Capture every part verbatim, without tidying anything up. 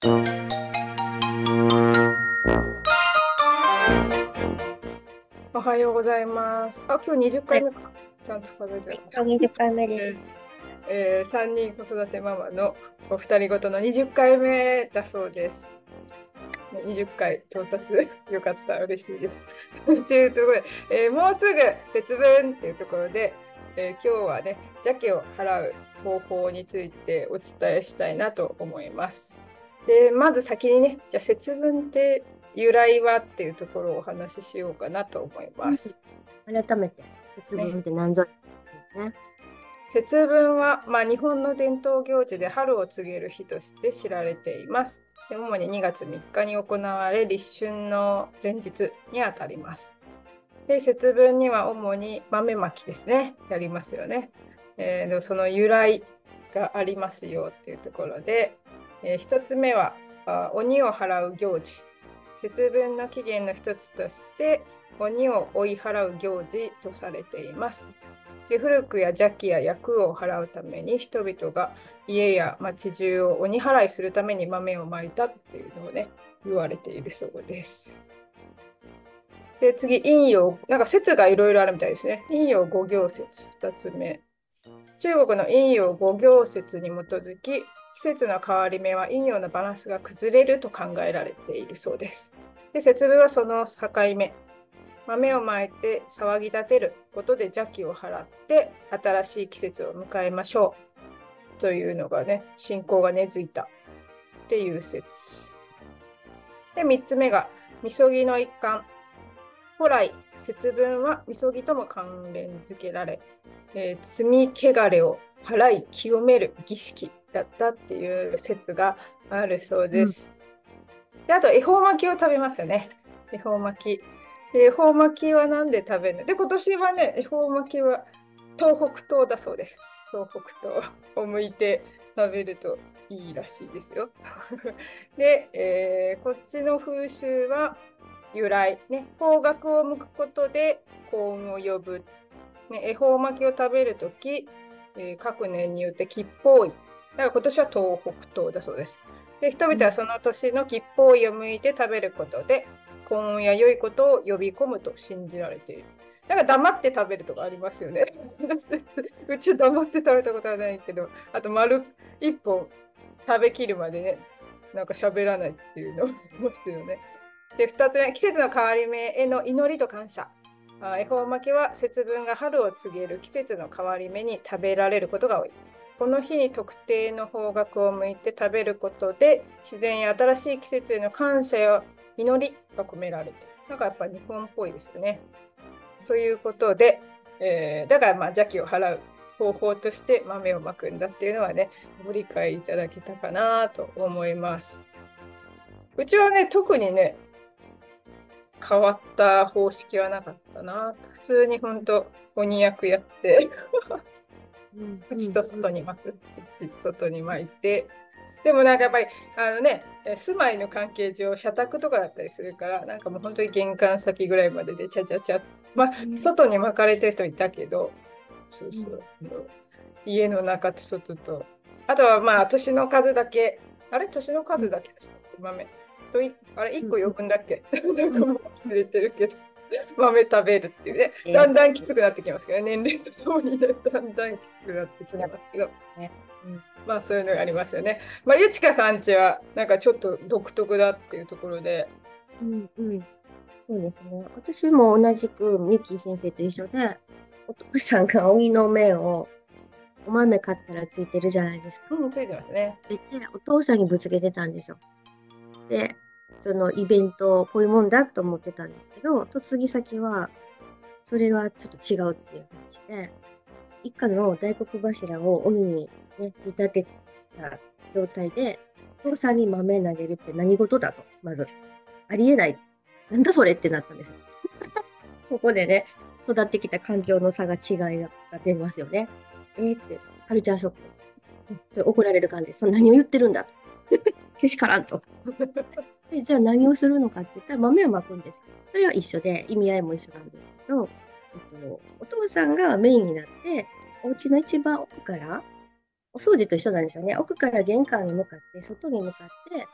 おはようございます。あ、今日にじゅっかいめか。 はちゃんと数えてる。 い、にじゅっかいめです。 えーえー、さんにん子育てママのお二人ごとのにじゅっかいめだそうです。にじゅっかい到達。よかった。嬉しいです。っていうところで、えーもうすぐ節分っていうところで、えー今日はね、邪気を払う方法についてお伝えしたいなと思います。で、まず先にね、じゃあ節分って由来はっていうところをお話ししようかなと思いうん、 ます。 改めて、節ね、 分って何ぞやですよね。 節分は、まあ、日本の伝統行事で春を告げる日として知られています。で主ににがつみっかに行われ、立春の前日にあたります。で節分には主に豆まきですね、やりますよね。えー、でその由来がありますよっていうところで、えー、ひとつめはあ鬼を払う行事。節分の起源の一つとして鬼を追い払う行事とされています。で古くや邪気や厄を払うために人々が家や町中を鬼払いするために豆をまいたっていうのをね、言われているそうです。で次、陰陽、なんか説がいろいろあるみたいですね。陰陽五行説、ふたつめ。中国の陰陽五行説に基づき、季節の変わり目は陰陽のバランスが崩れると考えられているそうです。で節分はその境目。豆をまいて騒ぎ立てることで邪気を払って新しい季節を迎えましょうというのがね、信仰が根付いたっていう説。でみっつめがみそぎの一環。古来節分はみそぎとも関連づけられ、えー、罪汚れを払い清める儀式だったっていう説があるそううん。 です。であと恵方巻きを食べますよね。恵方巻き。で恵方巻きは何で食べるので、今年はね、恵方巻きは東北東だそうです。東北東を向いて食べるといいらしいですよ。で、えーこっちの風習は由来、ね、方角を向くことで幸運を呼ぶ。ね、恵方巻きを食べるとき、えー各年によって吉報位。だから今年は東北東だそうです。で、人々はその年の吉報位を向いて食べることで、幸運や良いことを呼び込むと信じられている。なんか黙って食べるとかありますよね。うち黙って食べたことはないけど、あと丸一本食べきるまでね、なんか喋らないっていうのもありますよね。で、ふたつめ、季節の変わり目への祈りと感謝。あ恵方巻きは節分が春を告げる季節の変わり目に食べられることが多い。この日に特定の方角を向いて食べることで、自然や新しい季節への感謝や祈りが込められている。なんかやっぱ日本っぽいですよね。ということで、えー、だからまあ邪気を払う方法として豆をまくんだっていうのはね、ご理解いただけたかなと思います。うちはね、特にね、変わった方式はなかったな。普通に本当鬼役やって、 うん。うん。 口と外に巻く、口外に巻いて、でもなんかやっぱりあのね、住まいの関係上、社宅とかだったりするから、なんかもう本当に玄関先ぐらいまででちゃちゃちゃ、まあ、 ね。 外に巻かれてる人いたけど、そうそう、 うん。 家の中と外と、あとはまあ、年の数だけ、あれ年のうん。 数だけですね、豆。といあれ、1 うん。 個よくんだっけなんうん。 かもう忘れてるけど。豆食べるっていうね、だえんだんきつくなってきますけどね、年齢とともにね、だんだんきつくなってきてますけど、 ね。うん。 まあそういうのがありますよね。まあ、ゆちかさんちは、なんかちょっと独特だっていうところで、 うん。うん。そうですね。私も同じくミッキー先生と一緒で、お父さんが鬼の面をお豆買ったらついてるじゃないですか。 うん、ついてますね。 で、お父さんにぶつけてたんですよ。で、そのイベント、こういうもんだと思ってたんですけど、嫁ぎ先は、それはちょっと違うっていう話で、一家の大黒柱を鬼に、ね、見立てた状態で、お父さんに豆投げるって何事だと、まず。ありえない。なんだそれってなったんですよ。ここでね、育ってきた環境の差が違いが出ますよね。えーって、カルチャーショック。で怒られる感じです。その何を言ってるんだと。けしからんと。で、じゃあ何をするのかって言ったら豆をまくんですよ。それは一緒で、意味合いも一緒なんですけど、えっと、お父さんがメインになって、お家の一番奥から、お掃除と一緒なんですよね。奥から玄関に向かって、外に向かって、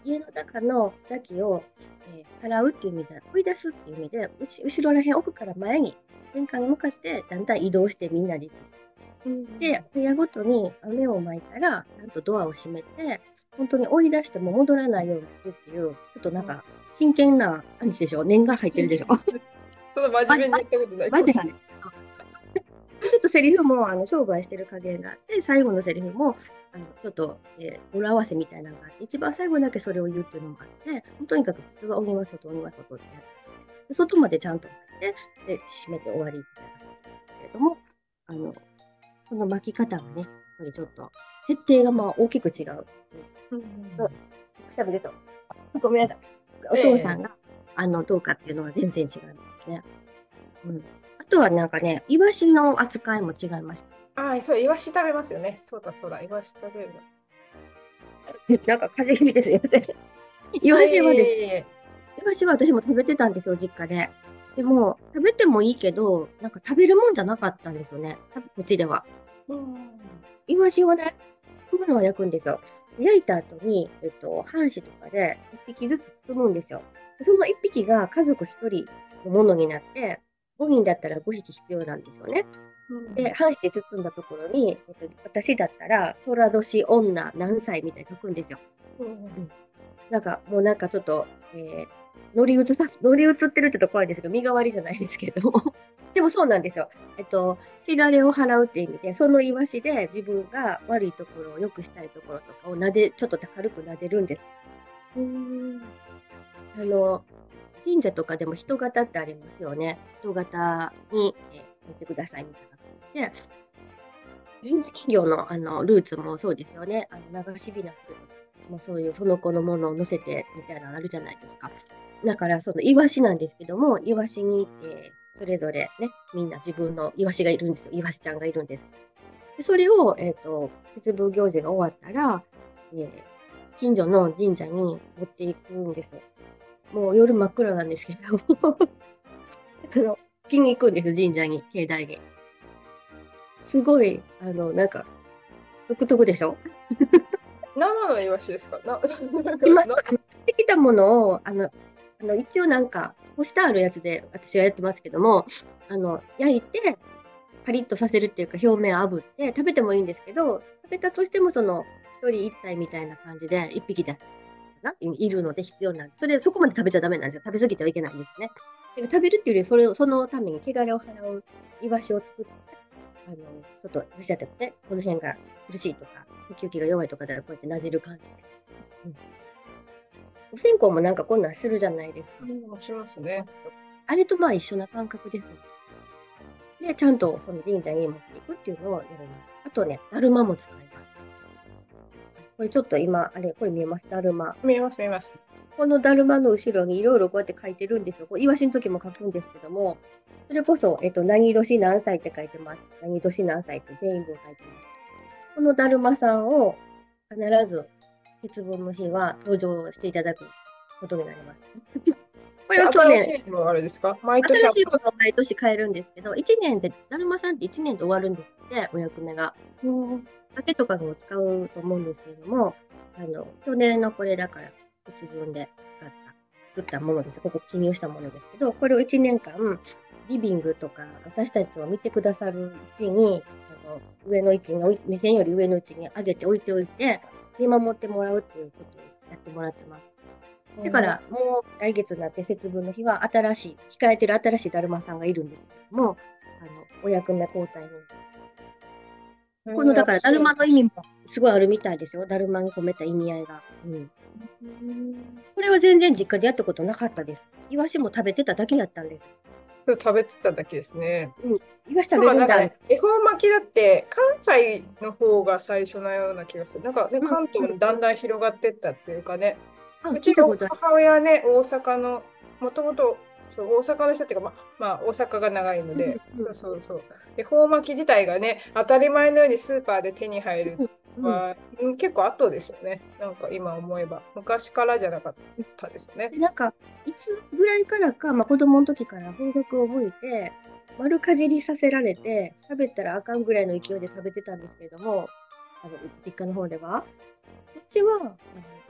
家の中の邪気を、えー払うっていう意味で、追い出すっていう意味で、うし後ろらへん、奥から前に、玄関に向かってだんだん移動してみんなで行くんです。 うんで、部屋ごとに雨をまいたら、ちゃんとドアを閉めて、本当に追い出しても戻らないようにするっていう、ちょっとなんか、真剣な感じでしょ。念が入ってるでしょ。 その真面目に言ったことない。 マジだね。でちょっとセリフもあの商売してる加減があって、最後のセリフもあのちょっと、えー語呂合わせみたいなのがあって、一番最後だけそれを言うっていうのもあって、もうとにかく普通は鬼は外、鬼は外ってやってで外までちゃんと入って、で、閉めて終わりみたいな感じなんですけれども、あの、その巻き方がね、やっぱりちょっと、設定がまあ大きく違う。 うんそうくしゃみ出た。ごめんなさい。お父さんが、あの、どうかっていうのは全然違いますね。うん。あとはなんかね、イワシの扱いも違いました。 ああ、そう、イワシ食べますよね。そうだそうだ、イワシ食べるの。 なんか風邪気味ですよね。イワシはです、 いえいえいえイワシは私も食べてたんですよ、実家で。でも、食べてもいいけど、なんか食べるもんじゃなかったんですよね、多分こっちでは。 うんイワシをね、包むのは焼くんですよ。焼いた後に、えっと、半紙とかで一匹ずつ包むんですよ。その一匹が家族一人のものになって、ごにんだったらごひき必要なんですよね。 うんで、半紙で包んだところに、えっと、私だったら、寅年女何歳みたいに書くんですよ。 うんなんか、もうなんかちょっと、えー乗り移さす、乗り移ってるってと怖いですけど、身代わりじゃないですけれども。でもそうなんですよ。えっと、汚れを払うっていう意味で、そのイワシで自分が悪いところを良くしたいところとかをなで、ちょっと軽く撫でるんです。 うんあの、神社とかでも人型ってありますよね。人型に、えー、乗ってくださいみたいな感じで、人形の、あのルーツもそうですよね。あの流しびなするとかもうそういうその子のものを乗せてみたいなのあるじゃないですか。だからそのイワシなんですけども、イワシに、えーそれぞれね、みんな自分のイワシがいるんですよ。イワシちゃんがいるんです。でそれを、えっと、節分行事が終わったら、えー近所の神社に持っていくんですよ。もう夜真っ暗なんですけど、あの、聞きに行くんです、神社に、境内に。すごい、あの、なんか、独特でしょ。 生のイワシですかな。 今、あなの買ってきたものを、あの、あの一応なんか、干してあるやつで私はやってますけども、あの、焼いて、パリッとさせるっていうか、表面炙って食べてもいいんですけど、食べたとしても、その、一人一体みたいな感じで、一匹だな、いるので必要なんです。それ、そこまで食べちゃダメなんですよ。食べ過ぎてはいけないんですね。だから食べるっていうより、それを、そのために汚れを払うイワシを作って、あの、ちょっと、私だってね、この辺が苦しいとか、呼吸器が弱いとかでこうやって撫でる感じで。うんお線香もなんかこんなんするじゃないですか。 うんしますね。 あれとまあ一緒な感覚です。で、ちゃんとその神社に持っていくっていうのをやります。あとね、だるまも使います。これちょっと今、あれ、これ見えますだるま。 見えます、見えます。 このだるまの後ろにいろいろこうやって書いてるんですよ。これイワシの時も書くんですけども、それこそ、えっと、何年何歳って書いてます。何年何歳って全員分書いてます。このだるまさんを必ず節分の日は登場していただくことになります。これは去年、 新しいのはあれですか毎年新しいものを毎年変えるんですけど、いちねんで、だるまさんっていちねんで終わるんですって、お役目が。 うん酒とかにも使うと思うんですけれども、あの、去年のこれだから、節分で使った、作ったものです。ここ記入したものですけど、これをいちねんかん、リビングとか、私たちを見てくださる位置に、あの上の位置に置い、目線より上の位置に上げて置いておいて、見守ってもらうっていうことをやってもらってます。だから、もう来月になって節分の日は新しい、控えてる新しいだるまさんがいるんですけども、あの、お役目交代に。この、だから、だるまの意味もすごいあるみたいですよ。だるまに込めた意味合いが。うん。これは全然実家でやったことなかったです。イワシも食べてただけだったんです。 食べてただけですね。 うん。イワシ食べるんだ。 なんかね、恵方巻きだって関西の方が最初なような気がする。なんかね、 うん関東にだんだん広がっていったっていうかね、 あ、 う聞いたことある。 ちの母親はね、大阪の、もともと大阪の人っていうか、まあ、まあ、大阪が長いので、 うんそうそうそう。恵方巻き自体がね、当たり前のようにスーパーで手に入るうんうんは、うん結構後ですよね。なんか今思えば。昔からじゃなかったですね。 で、なんか、いつぐらいからか、まあ、子供の時から風俗を覚えて、丸かじりさせられて、喋ったらあかんぐらいの勢いで食べてたんですけれども、あの実家の方では。こっちは、あの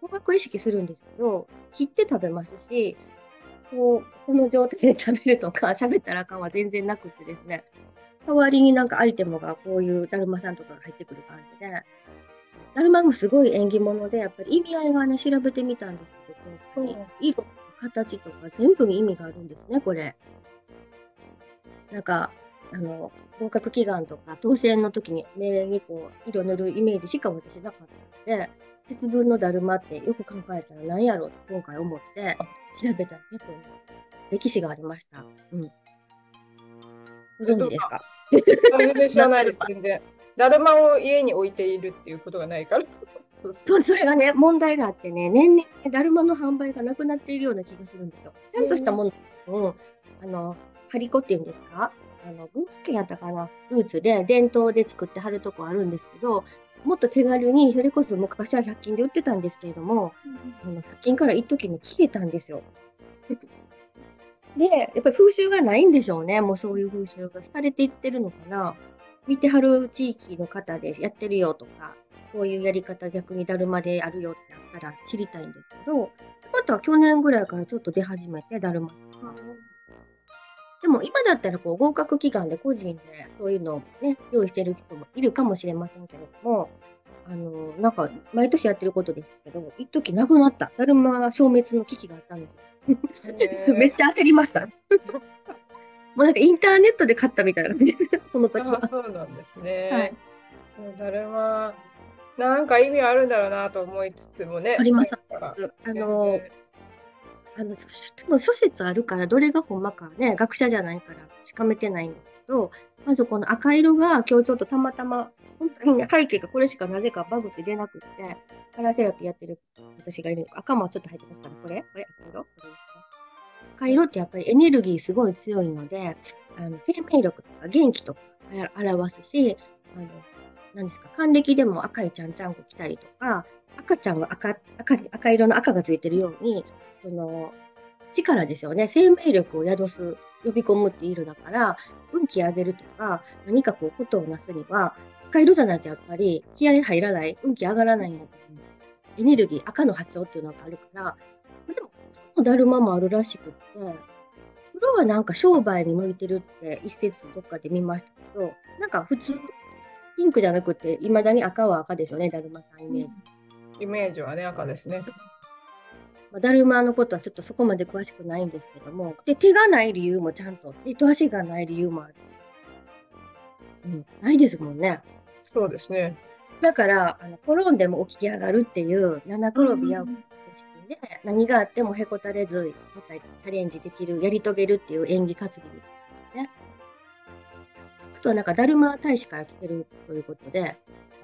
方角意識するんですけど、切って食べますし、こう、この状態で食べるとか、喋ったらあかんは全然なくてですね、代わりになんかアイテムがこういうだるまさんとかが入ってくる感じで、だるまもすごい縁起物で、やっぱり意味合いがね、調べてみたんですけど、 うんこう色とか形とか全部に意味があるんですね、これ。なんか、あの、合格祈願とか当選の時に目にこう色塗るイメージしか私なかったので、節分のだるまってよく考えたら何やろうって今回思って調べたら結構ね歴史がありました。うん。ご存知ですか？ あ、全然知らないです、全然。だるまを家に置いているっていうことがないから。そうそうそう、それがね、問題があってね、年々ねだるまの販売がなくなっているような気がするんですよ。ちゃんとしたもの、うん、あの、張り子っていうんですか？あの、文化圏やったかな、ルーツで伝統で作ってはるとこあるんですけど、もっと手軽に、それこそ昔はひゃく均で売ってたんですけれども、あのひゃく均から一時に消えたんですよ。で、やっぱり風習がないんでしょうね。もうそういう風習が廃れていってるのかな。見てはる地域の方でやってるよとか、こういうやり方逆にだるまであるよってあったら知りたいんですけど、また去年ぐらいからちょっと出始めて、だるま。でも今だったらこう合格祈願で個人でそういうのをね、用意してる人もいるかもしれませんけれども、あの、なんか毎年やってることでしたけど、一時なくなった。だるま消滅の危機があったんですよ。めっちゃ焦りました。もうなんかインターネットで買ったみたいな感じで、この時は。 あ、そうなんですはねい。。 だるま、なんか意味あるんだろうなと思いつつもね。 あります。 なんかあの、あの、多分諸説あるから、どれがほんまかね、学者じゃないから、しかめてないんですけど、まずこの赤色が今日ちょっとたまたま、本当にね、背景がこれしかなぜかバグって出なくって、カラーセラピーやってる私がいる。赤もちょっと入ってますから、これこれ赤色これですね。赤色ってやっぱりエネルギーすごい強いので、あの生命力とか元気とか表すし、あの、何ですか、還暦でも赤いちゃんちゃんこ着たりとか、赤ちゃんは赤、赤、赤色の赤がついてるように、その力ですよね。生命力を宿す、呼び込むっていう色だから、運気上げるとか、何かこう、ことをなすには、赤色じゃないとやっぱり気合入らない、運気上がらないんだと思う。エネルギー、赤の波長っていうのがあるから、でも、黒のだるまもあるらしくって、黒はなんか商売に向いてるって一説どっかで見ましたけど、なんか普通、ピンクじゃなくて、いまだに赤は赤ですよね、だるまさんイメージ。 イメージはね、赤ですね。 まあ、だるまのことはちょっとそこまで詳しくないんですけども、で、手がない理由もちゃんと、手と足がない理由もある。うん、ないですもんね。 そうですね。 だから、あの転んでも起き上がるっていう七転び八起きで、何があってもへこたれず、またチャレンジできる、やり遂げるっていう演技担ぎですね。あとはなんか、だるま大使から来てるということで、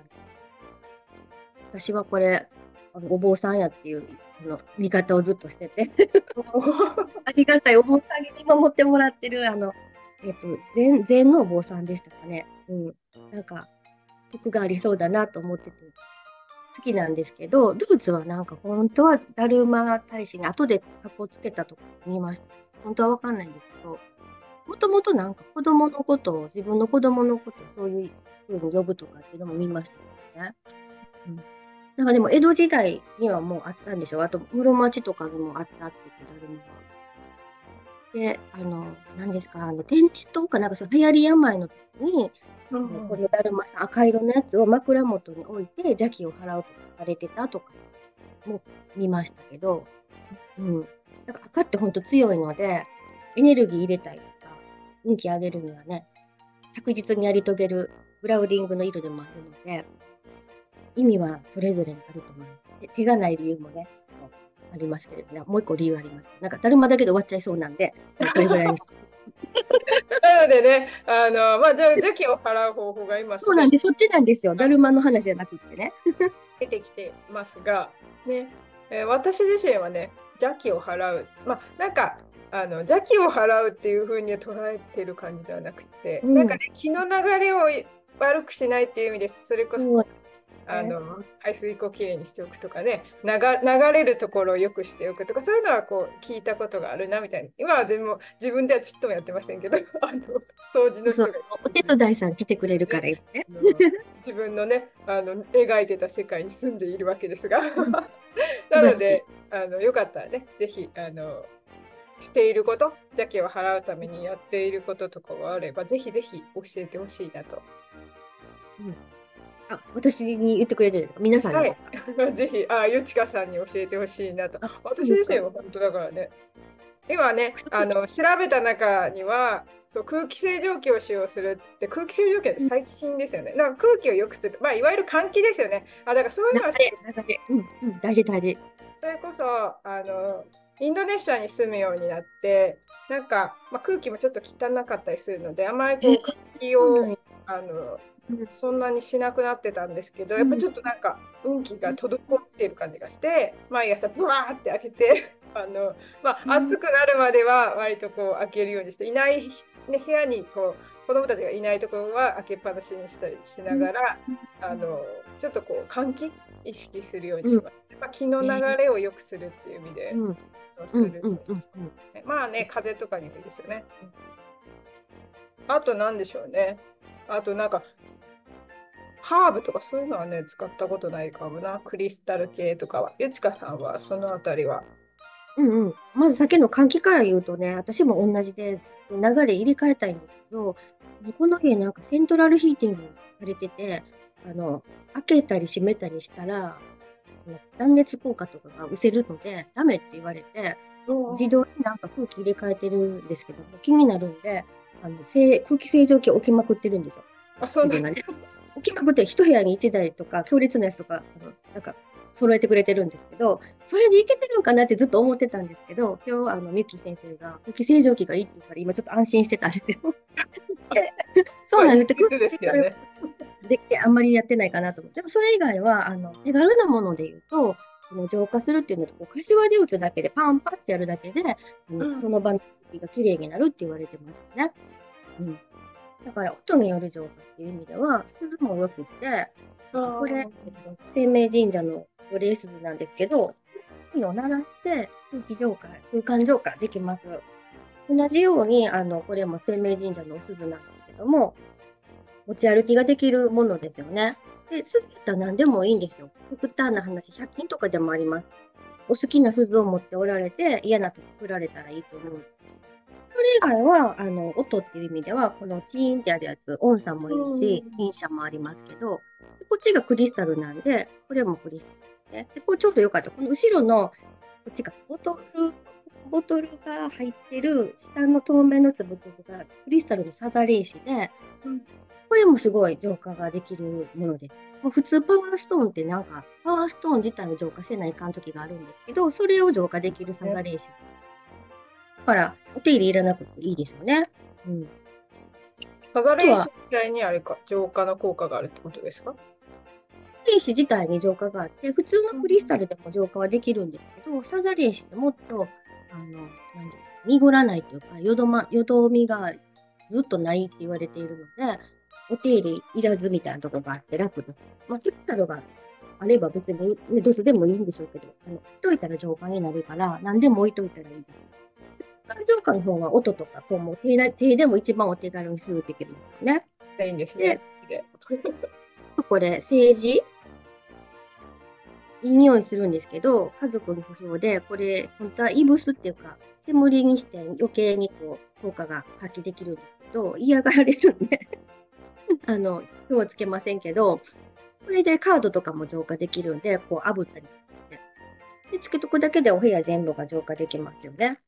私はこれ、あのお坊さんやっていうあの見方をずっとしてて、ありがたいお坊さんに見守ってもらってる、あの、えっと、禅、禅のお坊さんでしたかね。うん。なんか、徳がありそうだなと思ってて、好きなんですけど、ルーツはなんか、本当はだるま大使に後で格好つけたとこ見ました。本当はわかんないんですけど、もともとなんか子供のことを、自分の子供のことをそういうふうに呼ぶとかっていうのも見ましたね。うん。なんかでも江戸時代にはもうあったんでしょ。あと室町とかにもあったって言って、だるまが。で、あの、何ですか、あの、天然痘かなんかその流行り病の時に、 うんあのこのだるまさん、赤色のやつを枕元に置いて邪気を払うとかされてたとかも見ましたけど、うん。なんか赤って本当強いので、エネルギー入れたりとか、運気上げるにはね、着実にやり遂げるグラウディングの色でもあるので、意味はそれぞれにあると思います。で手がない理由もね、ありますけれども、もう一個理由あります。なんか、だるまだけで終わっちゃいそうなんで、これぐらいにしなのでね、あの、まあ、じゃあ邪気を払う方法が今すでにそうなんで、そっちなんですよ。だるまの話じゃなくってね。 出てきてますが、ね、えー私自身はね、邪気を払う、まあ、なんか、あの邪気を払うっていう風に捉えてる感じではなくて、 うんなんかね、気の流れを悪くしないっていう意味です。それこそ、 そうあの排水溝をきれいにしておくとかね、流、流れるところを良くしておくとか、そういうのはこう聞いたことがあるなみたいな。今は全部自分ではちっともやってませんけど、あの掃除のそう、 人がお手伝いさん来てくれるから今ね。 あの自分のね、あの描いてた世界に住んでいるわけですが。 うんな素晴らしい。 ので、あのよかったらね、ぜひあのしていること、邪気を払うためにやっていることとかがあれば、ぜひぜひ教えてほしいなと。 うん。あ、私に言ってくれてるんですか？皆さんにはい。 ですか？ ぜひ、あ、ゆちかさんに教えてほしいなと。 あ、いい私ですか？ 自身は本当だからね、今ね、あの調べた中には、そう空気清浄機を使用するっつって、空気清浄機ってうん。 最近ですよね。だから空気を良くする、まあ、いわゆる換気ですよね。あ、だからそういう流のはれ、流れ。うん、うん、大事、大事。 それこそあのインドネシアに住むようになって、なんか、まあ、空気もちょっと汚かったりするので、あまりえー、 こう換気をそうなんや。 あのうん、 そんなにしなくなってたんですけど、やっぱりうん、 ちょっとなんか運気がうん、 滞っている感じがして、毎朝ブワーって開けて、あのまあ、 うん、 暑くなるまでは割とこう開けるようにして、いない、ね、部屋にこう子供たちがいないところは開けっぱなしにしたりしうん、 ながら、あうん、 のちょっとこう換気意識するようにうん、 します。まあ、気の流えー、 れを良くするっていう意味で、 うん、うん、 するうん、うん、うん。 ね。まあね、風邪とかにもいいですよね。うん、あと何でしょうね。あとなんか、ハーブとかそういうのはね、使ったことないかもな。クリスタル系とかは。ゆちかさんはそのあたりは。 うんうん。まず先の換気から言うとね、私も同じで、流れ入れ替えたいんですけど、この家なんかセントラルヒーティングされてて、あの、開けたり閉めたりしたら、あの断熱効果とかが失せるので、ダメって言われて、自動になんか空気入れ替えてるんですけども、気になるんで、あの、せ空気清浄機置きまくってるんですよ。 あ、そうだ。 主人がね。置きまくって一部屋に一台とか、強烈なやつとか、あの、なんか、揃えてくれてるんですけど、それでいけてるんかなってずっと思ってたんですけど、今日、あの、みゆき先生が空気清浄機がいいって言うから、今ちょっと安心してたんですよ。でそまあ、いいうなんです。空気ですよね。 できてあんまりやってないかなと思って。でもそれ以外は、あの、手軽なもので言うと、その浄化するっていうのと、こう柏で打つだけで、パンパンってやるだけで、うん、 うん。 その場の空気がきれいになるって言われてますよね。うん。だから、音による浄化っていう意味では、鈴もよくって、 あこれ、 ー、 えっと、生命神社のお礼鈴なんですけど、声を鳴らして空気浄化、空間浄化できます。同じように、あの、これも生命神社のお鈴なんですけども、持ち歩きができるものですよね。で、鈴だったら何でもいいんですよ。極端な話、ひゃく均とかでもあります。お好きな鈴を持っておられて、嫌な時振られたらいいと思う。それ以外は、あの、音っていう意味では、このチーンってあるやつ、音差もいいし、 うん。 音車もありますけど、こっちがクリスタルなんで、これもクリスタルですね。で、これちょっと良かった。この後ろの、こっちがボトル、ボトルが入ってる下の透明のつぶつぶがクリスタルのサザレ石で、 うん。 これもすごい浄化ができるものです。もう普通パワーストーンってなんか、パワーストーン自体を浄化せないかん時があるんですけど、それを浄化できるサザね、 レ石。だから、お手入れいらなくていいですよね。うん。 サザあとは、 レ石みたいにあれか、浄化の効果があるってことですか？ サザレ石自体に浄化があって、普通のうん。 クリスタルでも浄化はできるんですけど、サザレ石ってもっと、あの、なんですか、濁らないというか、よどま、よどみがずっとないって言われているので、お手入れいらずみたいなところがあって楽です。まあ、クリスタルがあれば別に、ね、どうせでもいいんでしょうけど、あの、置いといたら浄化になるから、何でも置いといたらいいです。浄化の方は音とか、こうもう手な手でも一番お手軽にすぐできるんですよね。 いいんですね。 で、 で、 これ、政治、いい匂いするんですけど、家族に不評で、これ、本当はいぶすっていうか、煙にして余計にこう効果が発揮できるんですけど、嫌がられるんであの、手をつけませんけど、これでカードとかも浄化できるんで、こう炙ったりして、で、つけとくだけでお部屋全部が浄化できますよね。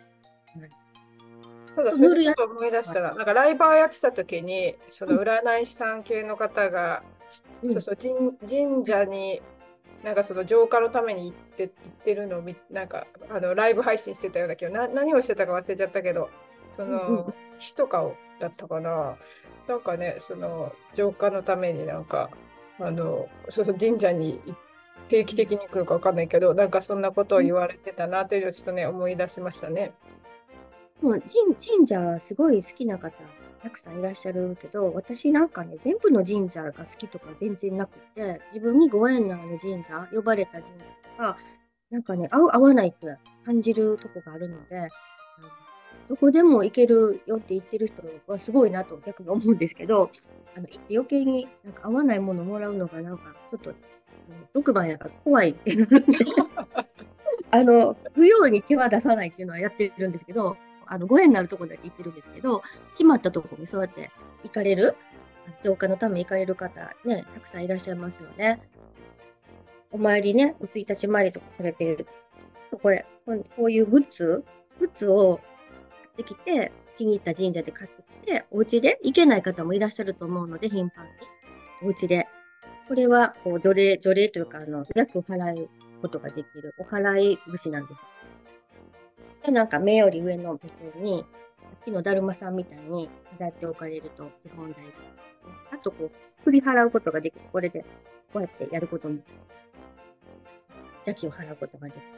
そうだ、 うん、塗るやそれでちょっと思い出しつは、 たら、なんかライバーやってた時に、その占い師さん系の方が、 うん、うん、 そうそう、神、神社に、なんかその浄化のために行って、行ってるのを見、なんかあのライブ配信してたような気が、な、何をしてたか忘れちゃったけど、そうん、うん、 の、詩とかをだったかな。なんかね、その浄化のためになんか、あの、そうそう、神社に定期的に行くのかわかんないけど、なんかそんなことをうん。 言われてたなというのをちょっとね、思い出しましたね。 もう神、神社すごい好きな方、たくさんいらっしゃるけど、私なんかね、全部の神社が好きとか全然なくて、自分にご縁のある神社、呼ばれた神社とか、なんかね、合う、合わないって感じるとこがあるので、あのどこでも行けるよって言ってる人はすごいなと逆に思うんですけど、あの、行って余計になんか合わないものをもらうのがなんかちょっとろくばんやから怖いってなるんで、あの、不要に手は出さないっていうのはやってるんですけど、あの、ご縁になるところだけ行ってるんですけど、決まったところにそうやって行かれる、浄化のため行かれる方ね、たくさんいらっしゃいますよね。お参りね、おついたち回りとかされてる。これ、こうこういうグッズ、グッズを買ってきて、気に入った神社で買ってきて、お家で行けない方もいらっしゃると思うので、頻繁に。お家で。これは、こう、除霊、除霊というか、あの、厄を払うことができる、お払い節なんです。で、なんか目より上の目線に、さっきのだるまさんみたいに飾っておかれると基本大事。あと、こう、振り払うことができる。これで、こうやってやることに、邪気を払うことができる。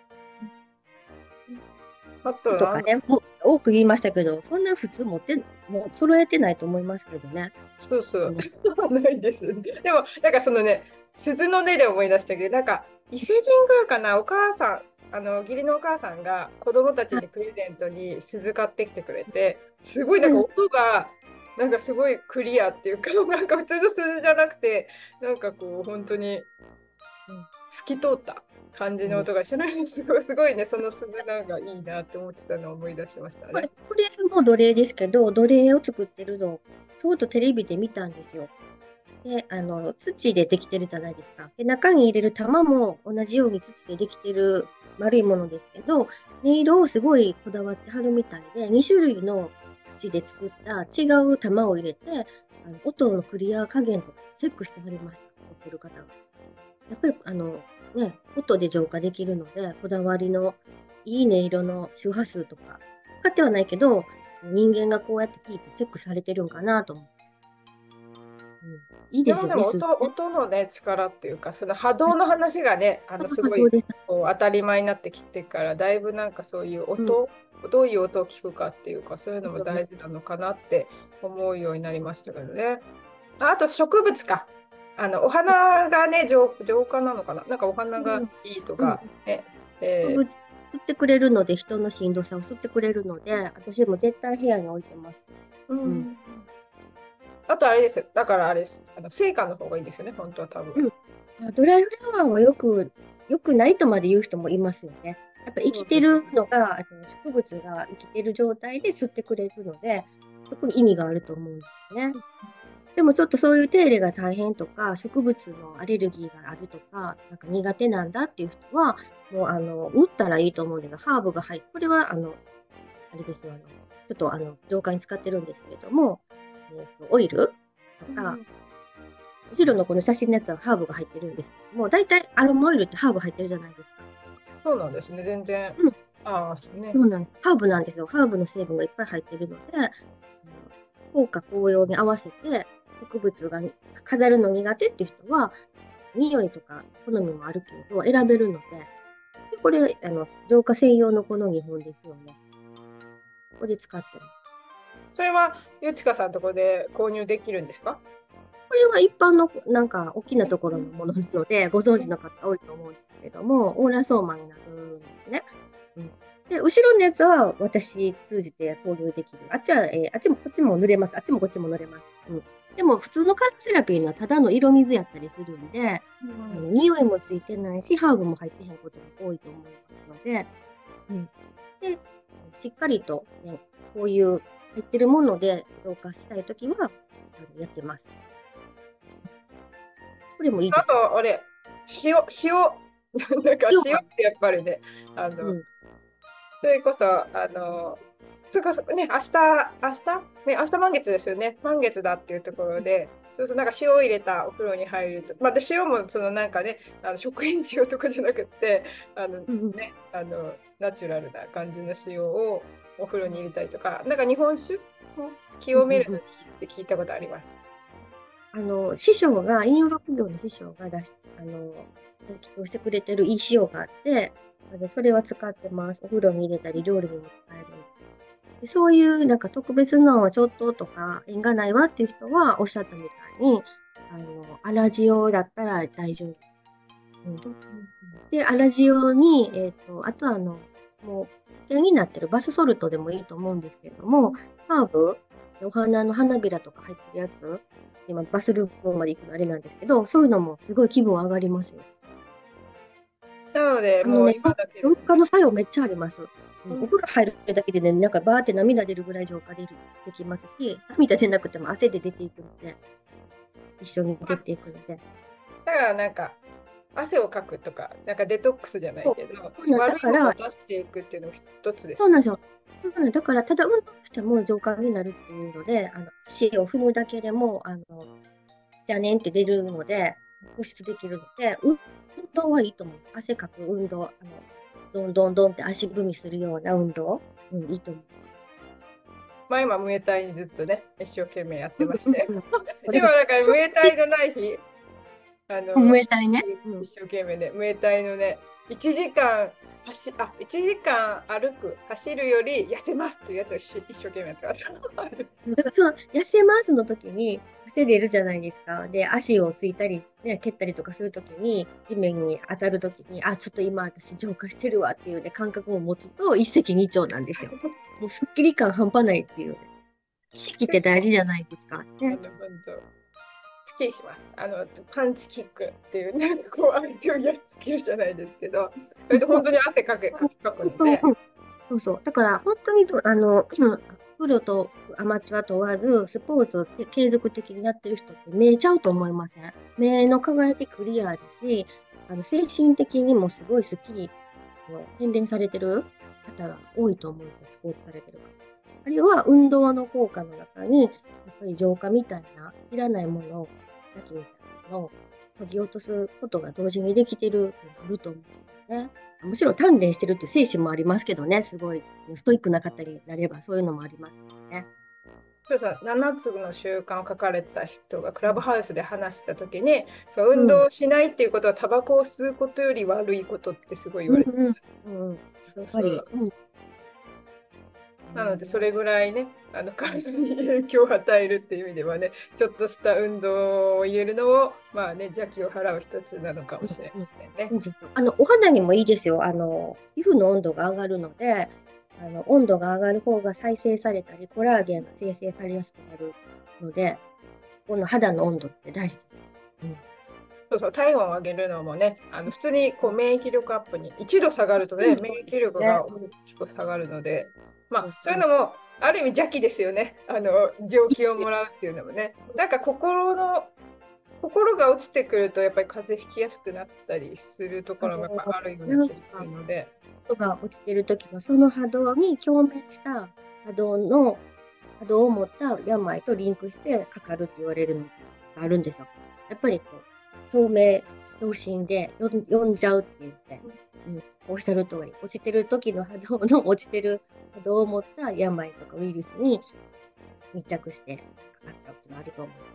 あととかね、もう多く言いましたけど、そんな普通持って、もう揃えてないと思いますけどね。 そうそう。ないです。でも、なんかそのね、鈴の音で思い出したけど、なんか伊勢神宮かな、お母さん、あの義理のお母さんが子供たちにプレゼントに鈴買ってきてくれて、すごいなんか音が、なんかすごいクリアっていうか、なんか普通の鈴じゃなくて、なんかこう、本当に、うん、透き通った感じの音がしない、すごい、すごいね、その鈴なんかいいなって思ってたのを思い出しましたね。 これ、これも奴隷ですけど、奴隷を作ってるのを、ちょうどテレビで見たんですよ。で、あの、土でできてるじゃないですか。で、中に入れる玉も同じように土でできてる丸いものですけど、音色をすごいこだわってはるみたいで、に種類の土で作った違う玉を入れて、あの音のクリア加減とかチェックしてはりました、作ってる方が。やっぱり、あの、ね、音で浄化できるので、こだわりのいい音色の周波数とか、使ってはないけど、人間がこうやって聞いてチェックされてるんかなと思って。うん、いいですよね、 でもでも音、音のね、力っていうか、その波動の話がね、あのすごいこう当たり前になってきてから、だいぶなんかそういう音、うん、どういう音を聞くかっていうか、そういうのも大事なのかなって思うようになりましたけどね。あ、あと植物か。あのお花がね、浄、浄化なのかな。なんかお花がいいとかね。 うんうん、えー、吸ってくれるので、人のしんどさを吸ってくれるので、私も絶対部屋に置いてます。 うん、うんあとあれですよ。だからあれです。あの成果の方がいいですよね、本当は多分。 うん、ドライフラワーはよく、よくないとまで言う人もいますよね。やっぱ生きてるのが、植物が生きてる状態で吸ってくれるので、そこに意味があると思うんですね。でもちょっとそういう手入れが大変とか、植物のアレルギーがあるとか、なんか苦手なんだっていう人は、もうあの、塗ったらいいと思うんですが、ハーブが入って、これはあの、あれですよ、あの、ちょっとあの、浄化に使ってるんですけれども、えーと、オイルとか、うん、後ろのこの写真のやつはハーブが入ってるんですけども、大体アロマオイルってハーブ入ってるじゃないですか。 そうなんですね、全然。 うん、 ああ、そうね。 そうなんです。ハーブなんですよ。ハーブの成分がいっぱい入ってるので、効果効用に合わせて、植物が飾るの苦手っていう人は、匂いとか好みもあるけど、選べるので、でこれ、あの浄化専用のこのにほんですよね。これ使ってます。 それは、ゆちかさんのところで購入できるんですか？ これは一般のなんか大きなところのものなので、ご存知の方多いと思うんですけれども、オーラソーマになるんですね。うん、で、後ろのやつは私通じて購入できる。あっちは、えー、あっちもこっちも塗れます。あっちもこっちも塗れます。うん、でも普通のカラーセラピーにはただの色水やったりするんで、うん、匂いもついてないし、ハーブも入ってへんことが多いと思いますので、うん、でしっかりと、ね、こういう入ってるもので浄化したいときはやってます。これもいいです、 ね。あと、あれ、塩、塩、なんか塩ってやっぱりね、あの、うん、それこそ、あの、そこそこね、明日、明日ね、明日満月ですよね。満月だっていうところで、そうそう、なんか塩を入れたお風呂に入ると。まあ、で、塩も、そのなんかね、あの食塩塩とかじゃなくて、あの、うんね、あの、ナチュラルな感じの塩をお風呂に入れたりとか、なんか日本酒を清めるのにって聞いたことあります。 あの、師匠が、陰陽学業の師匠が出し、あの、提供してくれてるいい塩があって、あのそれは使ってます。お風呂に入れたり、料理にも使えるんです。でそういうなんか特別なのはちょっととか、縁がないわっていう人はおっしゃったみたいに、あの、粗塩だったら大丈夫。うん、で、粗塩に、えっと、あとあの、もう、手になってるバスソルトでもいいと思うんですけれども、ハーブ、お花の花びらとか入ってるやつ今バスルームまで行くのあれなんですけど、そういうのもすごい気分上がりますよ。 なので、 あのね、 もう今だけで浄化の作用めっちゃあります。うんうんお風呂入るだけでね、なんかバーって涙出るぐらい浄化でるできますし、涙出なくても汗で出ていくので、一緒に出ていくので。 だからなんか汗をかくとか、なんかデトックスじゃないけど、 そうなんだ悪いからものを出していくっていうのも一つです。 そうなんですよ。そうなんだから、ただ運動しても浄化になるっていうので、あの足を踏むだけでも、あの、じゃねんって出るので、保湿できるので、運動はいいと思うんです。汗かく運動、あの、どんどんどんって足踏みするような運動、うん、いいと思う。 まあ今、ムエタイにずっとね、一生懸命やってまして。 うんうん今、だからそうムエタイのない日、あの、 ムエタイね。うん一生懸命ね、ムエタイのね、いちじかん走、あ、いちじかん歩く、走るより痩せますっていうやつをし一生懸命やってます。 だからその痩せますの時に汗出るじゃないですか。で、足をついたり、ね、蹴ったりとかする時に、地面に当たる時に、あ、ちょっと今私浄化してるわっていうね、感覚を持つと一石二鳥なんですよ。もうスッキリ感半端ないっていうね。意識って大事じゃないですか。 あのね。 本当スッキリします。あのパンチキックっていう、なんかこう相手をやっつけるじゃないですけど、それで本当に汗かけかきかくので、 そうそう。だから本当にあの、うんプロとアマチュア問わず、スポーツを継続的にやってる人って見えちゃうと思いません？目の輝きクリアですし、あの精神的にもすごいスッキリ洗練されてる方が多いと思うんですよ、スポーツされてる方。あるいは運動の効果の中に、やっぱり浄化みたいな、いらないものを、さっきみたいなのを削ぎ落とすことが同時にできてるっていうのがあると思うんですね。もちろん鍛錬してるっていう精神もありますけどね、すごいストイックな方になればそういうのもありますね。 そうそう、ななつの習慣を書かれた人がクラブハウスで話したときに、そううん運動しないっていうことはタバコを吸うことより悪いことってすごい言われてうんうんうん。 そうやっぱり、 そううん。 なのでそれぐらいね、あの体に影響を与えるっていう意味ではね、ちょっとした運動を入れるのを、まあね、邪気を払う一つなのかもしれませんね。 うんうんあの、お肌にもいいですよ。あの、皮膚の温度が上がるので、あの、温度が上がる方が再生されたり、コラーゲンが生成されやすくなるので、この肌の温度って大事です。うんそうそう、体温を上げるのもね、あの普通にこう免疫力アップにいちど下がるとね、 うん免疫力が大きく下がるので、まあ、そういうのもある意味邪気ですよね。あの病気をもらうっていうのもね。なんか心の心が落ちてくるとやっぱり風邪ひきやすくなったりするところがやっぱあるような気がするので。 温度が落ちてる時のその波動に共鳴した波動の波動を持った病とリンクしてかかるって言われるのがあるんですよ。やっぱりこう、共鳴、共振でよん呼んじゃうって言って、うん、おっしゃる通り、落ちてる時の波動の落ちてる波動を持った病とかウイルスに密着してかかっちゃうっていうのがあると思う。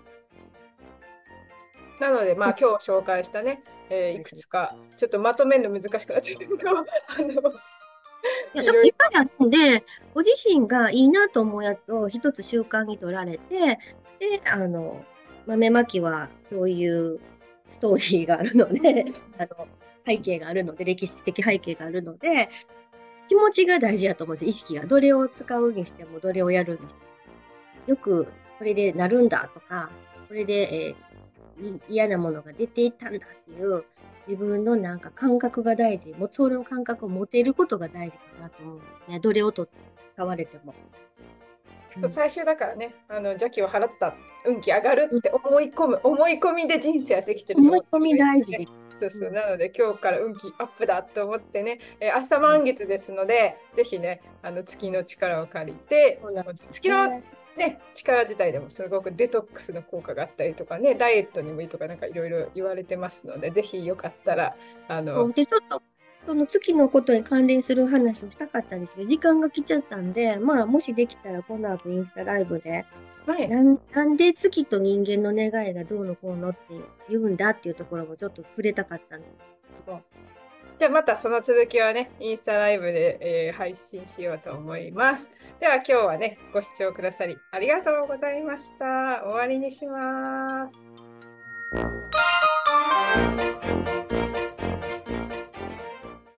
なので、まあ、今日紹介したね、えーいくつか、ちょっとまとめるの難しくなっちゃうけど、あの、 いや、 いろいでもいっぱいあるんで、ご自身がいいなと思うやつを一つ習慣に取られて、で、あの、豆まきはそういうストーリーがあるので、あの、背景があるので、歴史的背景があるので、気持ちが大事だと思うんですよ、意識が。どれを使うにしても、どれをやるにしても。よく、これでなるんだとか、これで、えーい嫌なものが出ていったんだっていう、自分のなんか感覚が大事。もうその感覚を持てることが大事かなと思うんですね。どれをとって使われても。 と最終だからね、あの邪気を払った運気上がるって思い込む、思い込みで人生はできてると思い込み大事ねです。 そうそう、なので今日から運気アップだと思ってね、えー明日満月ですので、ぜひね、あの月の力を借りて、 そうなんですね月のね、力自体でもすごくデトックスの効果があったりとかね、ダイエットにもいいとかなんかいろいろ言われてますので、ぜひよかったら、あの、 で、ちょっと、その月のことに関連する話をしたかったんですけど、時間が来ちゃったんで、まあ、もしできたら、この後インスタライブで、 はい、 なんなんで月と人間の願いがどうのこうのって言うんだっていうところもちょっと触れたかったんですけど、 じゃあまたその続きはね、インスタライブで、えー配信しようと思います。では今日はね、ご視聴くださりありがとうございました。終わりにします。